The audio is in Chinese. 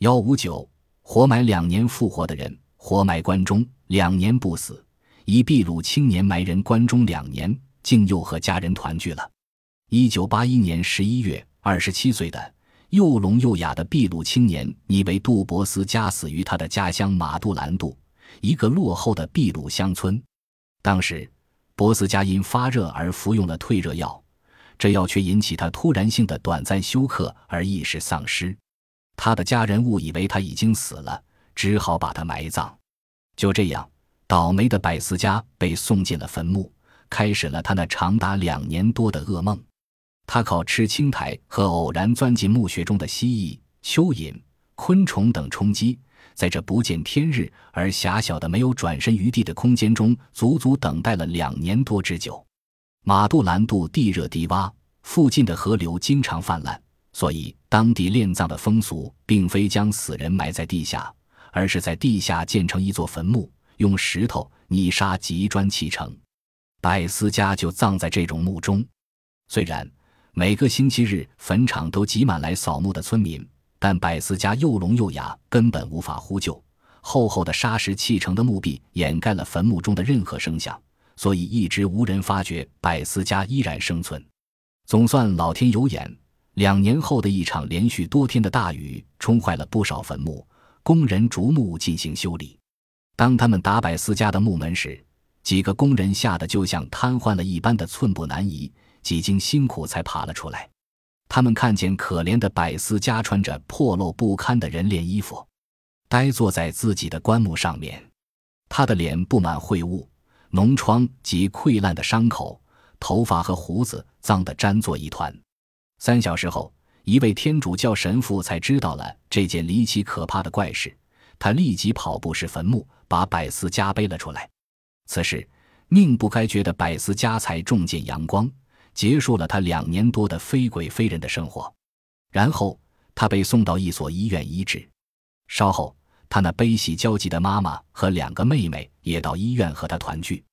159活埋2年复活的人，活埋关中2年不死，以秘鲁青年埋人关中2年，竟又和家人团聚了。1981年11月，27岁的又聋又哑的秘鲁青年尼维杜博斯加死于他的家乡马杜兰杜，一个落后的秘鲁乡村。当时博斯加因发热而服用了退热药，这药却引起他突然性的短暂休克而意识丧失。他的家人误以为他已经死了，只好把他埋葬。就这样，倒霉的百思加被送进了坟墓，开始了他那长达2年多的噩梦。他靠吃青苔和偶然钻进墓穴中的蜥蜴、蚯蚓、昆虫等充饥，在这不见天日而狭小的没有转身余地的空间中，足足等待了2年多之久。马杜兰杜地热低洼，附近的河流经常泛滥，所以当地殓葬的风俗并非将死人埋在地下，而是在地下建成一座坟墓，用石头、泥沙及砖砌成。百思加就葬在这种墓中。虽然每个星期日坟场都挤满来扫墓的村民，但百思加又聋又哑，根本无法呼救。厚厚的沙石砌成的墓壁掩盖了坟墓中的任何声响，所以一直无人发觉百思加依然生存。总算老天有眼，2年后的一场连续多天的大雨冲坏了不少坟墓，工人逐墓进行修理。当他们打百思加的墓门时，几个工人吓得就像瘫痪了一般的寸步难移，几经辛苦才爬了出来。他们看见可怜的百思加穿着破漏不堪的人脸衣服，呆坐在自己的棺木上面。他的脸布满秽物、脓疮及溃烂的伤口，头发和胡子脏得粘作一团。3小时后，一位天主教神父才知道了这件离奇可怕的怪事，他立即跑步至坟墓，把百思加背了出来。此时命不该绝的百思加才重见阳光，结束了他2年多的非鬼非人的生活。然后他被送到一所医院医治。稍后他那悲喜交集的妈妈和2个妹妹也到医院和他团聚。